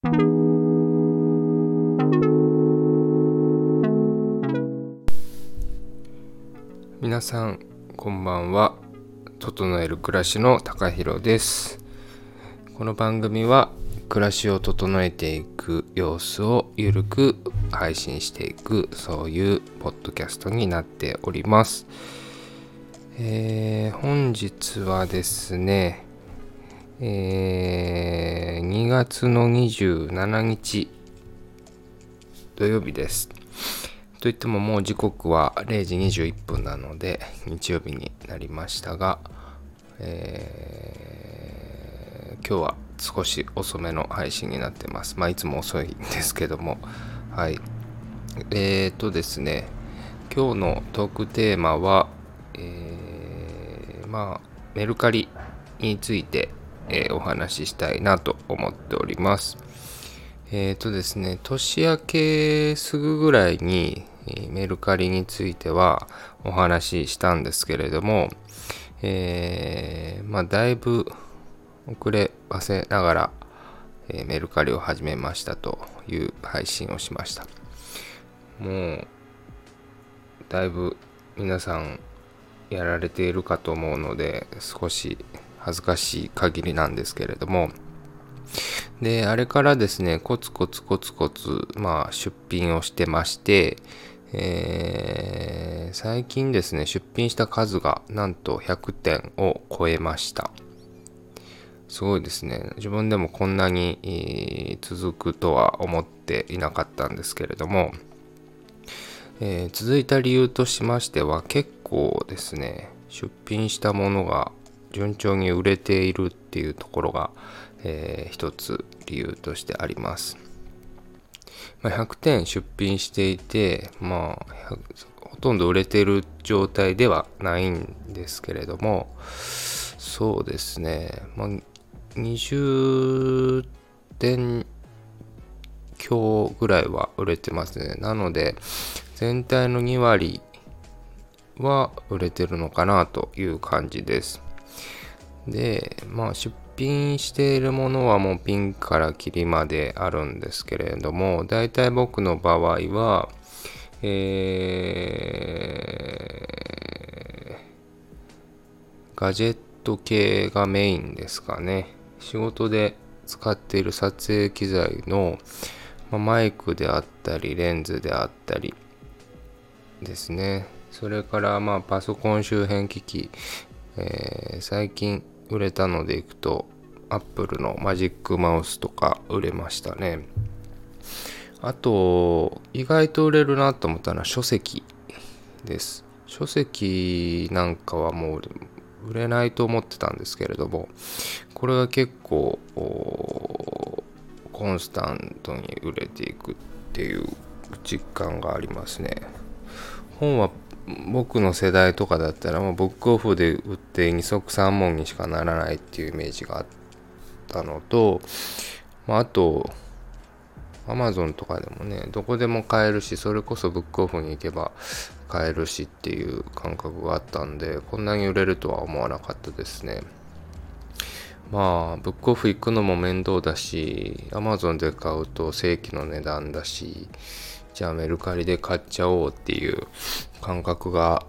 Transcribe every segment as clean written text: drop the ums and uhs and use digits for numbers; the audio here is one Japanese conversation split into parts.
皆さんこんばんは。整える暮らしの高弘です。この番組は暮らしを整えていく様子をゆるく配信していく、そういうポッドキャストになっております。本日はですね、2月の27日土曜日です。といってももう時刻は0時21分なので日曜日になりましたが、今日は少し遅めの配信になってます。いつも遅いんですけども、はい。ですね、今日のトークテーマは、メルカリについて、お話ししたいなと思っております。ですね、年明けすぐぐらいにメルカリについてはお話ししたんですけれども、だいぶ遅ればせながら、メルカリを始めましたという配信をしました。もうだいぶ皆さんやられているかと思うので少し恥ずかしい限りなんですけれども、であれからですねコツコツ出品をしてまして、最近ですね出品した数がなんと100点を超えました。すごいですね。自分でもこんなに、続くとは思っていなかったんですけれども、続いた理由としましては結構ですね出品したものが順調に売れているっていうところが、一つ理由としてあります。100点出品していて、ほとんど売れている状態ではないんですけれども、そうですね、20点強ぐらいは売れてますね。なので全体の2割は売れてるのかなという感じです。で、出品しているものはもうピンからキリまであるんですけれども、だいたい僕の場合は、ガジェット系がメインですかね。仕事で使っている撮影機材の、マイクであったりレンズであったりですね。それからパソコン周辺機器、最近売れたのでいくと Apple のマジックマウスとか売れましたね。あと意外と売れるなと思ったのは書籍です。書籍なんかはもう売れないと思ってたんですけれども、これが結構コンスタントに売れていくっていう実感がありますね。本は僕の世代とかだったらもうブックオフで売って二足三文にしかならないっていうイメージがあったのと、あとAmazon とかでもねどこでも買えるし、それこそブックオフに行けば買えるしっていう感覚があったんで、こんなに売れるとは思わなかったですね。ブックオフ行くのも面倒だし、Amazon で買うと正規の値段だし、じゃあメルカリで買っちゃおうっていう感覚が、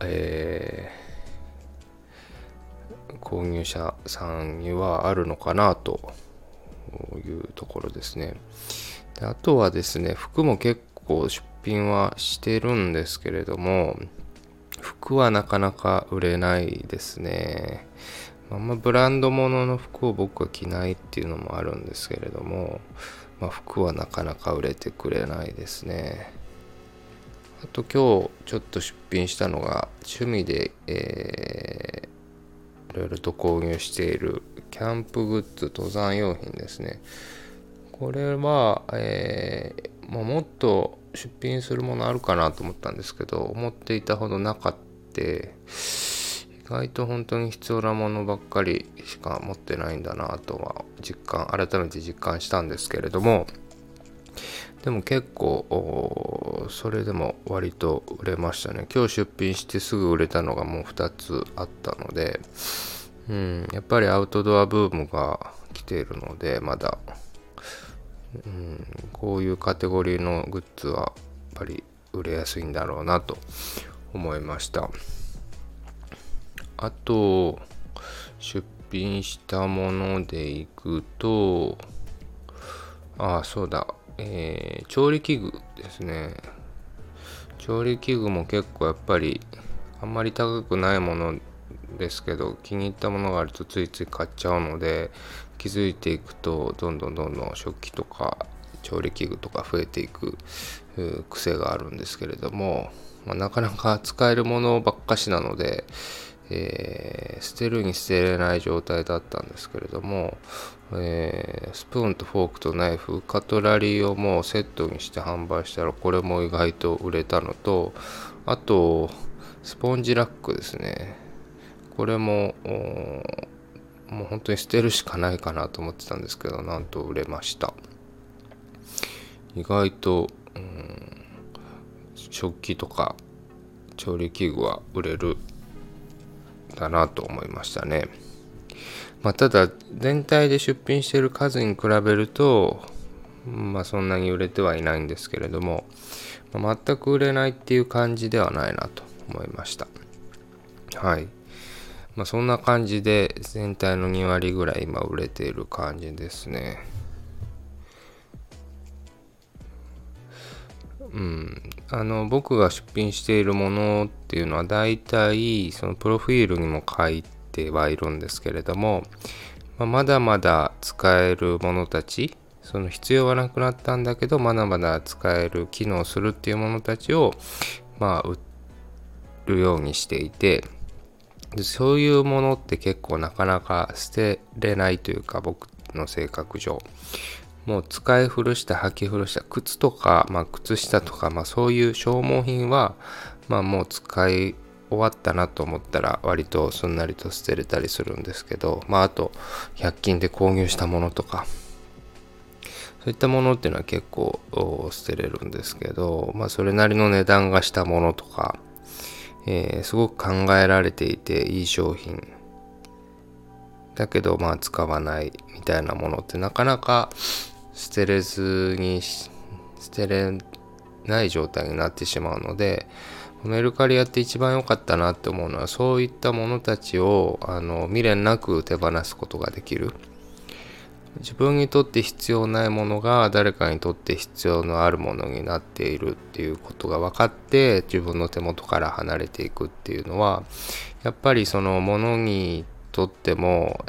購入者さんにはあるのかなというところですね。であとはですね、服も結構出品はしてるんですけれども、服はなかなか売れないですね。ブランド物の服を僕は着ないっていうのもあるんですけれども、服はなかなか売れてくれないですね。あと今日ちょっと出品したのが趣味で、いろいろと購入しているキャンプグッズ、登山用品ですね。これは、もっと出品するものあるかなと思ったんですけど、思っていたほどなかった。意外と本当に必要なものばっかりしか持ってないんだなとは改めて実感したんですけれども、でも結構それでも割と売れましたね。今日出品してすぐ売れたのがもう2つあったので、やっぱりアウトドアブームが来ているので、まだこういうカテゴリーのグッズはやっぱり売れやすいんだろうなと思いました。あと出品したものでいくと、そうだ、調理器具ですね。調理器具も結構やっぱりあんまり高くないものですけど、気に入ったものがあるとついつい買っちゃうので、気づいていくとどんどん食器とか調理器具とか増えていく癖があるんですけれども、なかなか使えるものばっかしなので、捨てるに捨てれない状態だったんですけれども、スプーンとフォークとナイフ、カトラリーをもうセットにして販売したら、これも意外と売れたのと、あとスポンジラックですね。これももう本当に捨てるしかないかなと思ってたんですけど、なんと売れました。意外と、食器とか調理器具は売れるだなと思いましたね。ただ全体で出品している数に比べると、そんなに売れてはいないんですけれども、全く売れないっていう感じではないなと思いました。はい。そんな感じで全体の2割ぐらい今売れている感じですね。僕が出品しているものっていうのはだいたいそのプロフィールにも書いてはいるんですけれども、まだまだ使えるものたち、その必要はなくなったんだけどまだまだ使える機能するっていうものたちを売るようにしていて、そういうものって結構なかなか捨てれないというか、僕の性格上もう使い古した履き古した靴とか、靴下とか、そういう消耗品は、もう使い終わったなと思ったら割とすんなりと捨てれたりするんですけど、あと100均で購入したものとか、そういったものっていうのは結構捨てれるんですけど、それなりの値段がしたものとか、すごく考えられていていい商品だけど使わないみたいなものってなかなか捨てれない状態になってしまうので、メルカリやって一番良かったなって思うのは、そういったものたちを未練なく手放すことができる。自分にとって必要ないものが誰かにとって必要のあるものになっているっていうことが分かって、自分の手元から離れていくっていうのは、やっぱりそのものにとっても、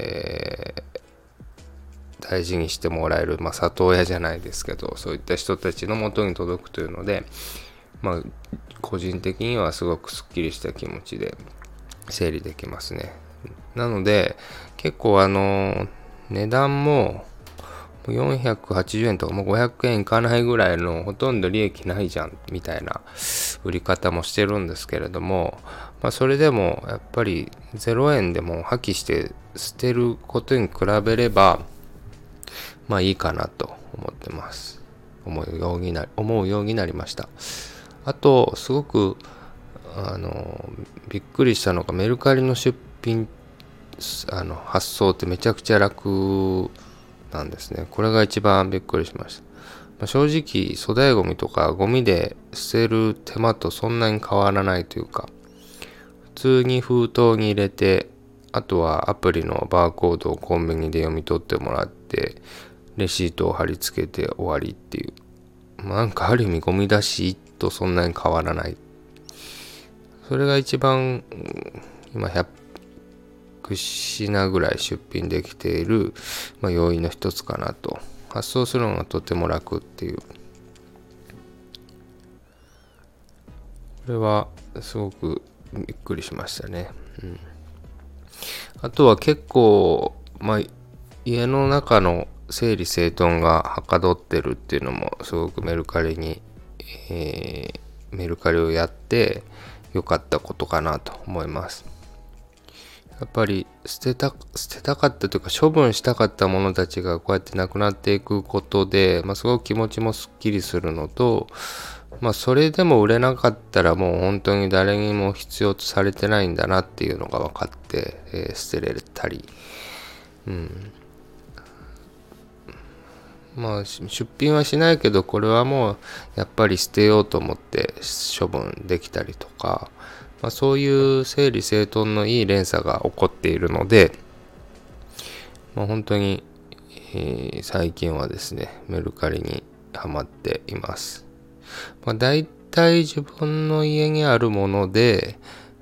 大事にしてもらえる、里親じゃないですけど、そういった人たちの元に届くというので、個人的にはすごくすっきりした気持ちで整理できますね。なので結構値段も480円とかもう500円いかないぐらいの、ほとんど利益ないじゃんみたいな売り方もしてるんですけれども、それでもやっぱり0円でも破棄して捨てることに比べればいいかなと思ってます。思うようになりました。あとすごくびっくりしたのが、メルカリの出品発送ってめちゃくちゃ楽なんですね。これが一番びっくりしました。正直粗大ゴミとかゴミで捨てる手間とそんなに変わらないというか、普通に封筒に入れて、あとはアプリのバーコードをコンビニで読み取ってもらってレシートを貼り付けて終わりっていう、ある意味ゴミ出しとそんなに変わらない。それが一番今100品ぐらい出品できている、要因の一つかなと。発送するのがとても楽っていう、これはすごくびっくりしましたね。あとは結構、家の中の整理整頓がはかどってるっていうのもすごくメルカリをやって良かったことかなと思います。やっぱり捨てたかったというか処分したかったものたちがこうやってなくなっていくことで、すごく気持ちもすっきりするのと、それでも売れなかったらもう本当に誰にも必要とされてないんだなっていうのが分かって、捨てれたり、 出品はしないけど、これはもうやっぱり捨てようと思って処分できたりとか、そういう整理整頓のいい連鎖が起こっているので、本当に、最近はですね、メルカリにハマっています。だいたい自分の家にあるもので、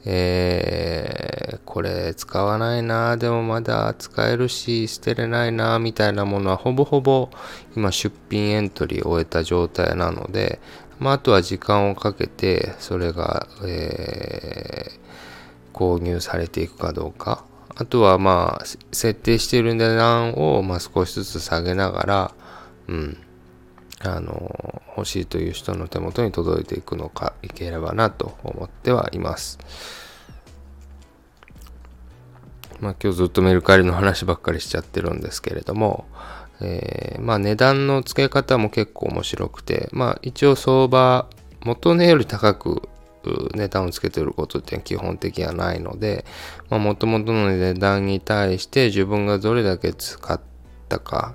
これ使わないな、でもまだ使えるし捨てれないなみたいなものはほぼほぼ今出品エントリーを終えた状態なので、あとは時間をかけてそれが、購入されていくかどうか、あとは設定している値段を少しずつ下げながら、欲しいという人の手元に届いていくのかいければなと思ってはいます。今日ずっとメルカリの話ばっかりしちゃってるんですけれども、値段の付け方も結構面白くて、一応相場元値より高く値段をつけてることって基本的にはないので、元々の値段に対して自分がどれだけ使ったか、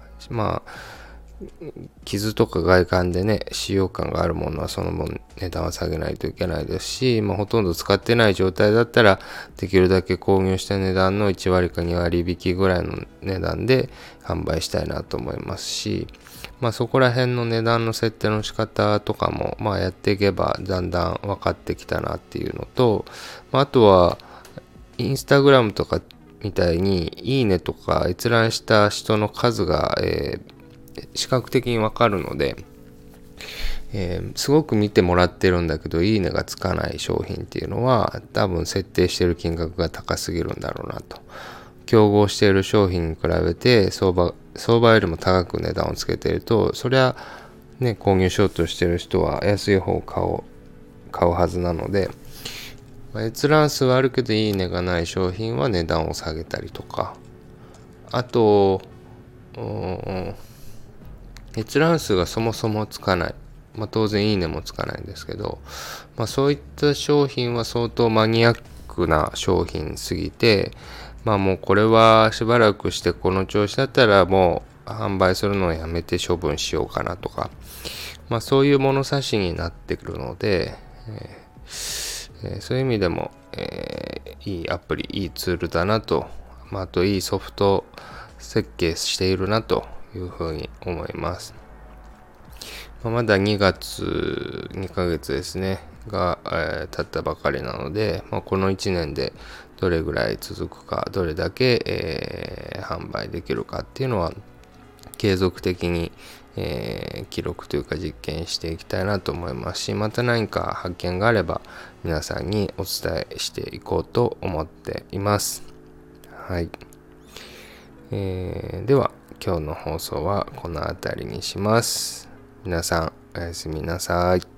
傷とか外観でね、使用感があるものはその分値段は下げないといけないですし、ほとんど使ってない状態だったらできるだけ購入した値段の1割か2割引きぐらいの値段で販売したいなと思いますし、そこら辺の値段の設定の仕方とかもやっていけばだんだん分かってきたなっていうのと、あとはインスタグラムとかみたいにいいねとか閲覧した人の数が、視覚的にわかるので、すごく見てもらってるんだけどいいねがつかない商品っていうのは多分設定している金額が高すぎるんだろうなと。競合している商品に比べて相場よりも高く値段をつけていると、そりゃね、購入しようとしている人は安い方を買うはずなので、閲覧数はあるけどいいねがない商品は値段を下げたりとか、あと閲覧数がそもそもつかない、当然いいねもつかないんですけど、そういった商品は相当マニアックな商品すぎて、もうこれはしばらくしてこの調子だったらもう販売するのをやめて処分しようかなとか、そういう物差しになってくるので、そういう意味でも、いいアプリ、いいツールだなと、あといいソフト設計しているなというふうに思います。まだ2月2ヶ月ですねが、経ったばかりなので、この1年でどれぐらい続くか、どれだけ、販売できるかっていうのは継続的に、記録というか実験していきたいなと思いますし、また何か発見があれば皆さんにお伝えしていこうと思っています。はい。では今日の放送はこの辺りにします。皆さんおやすみなさい。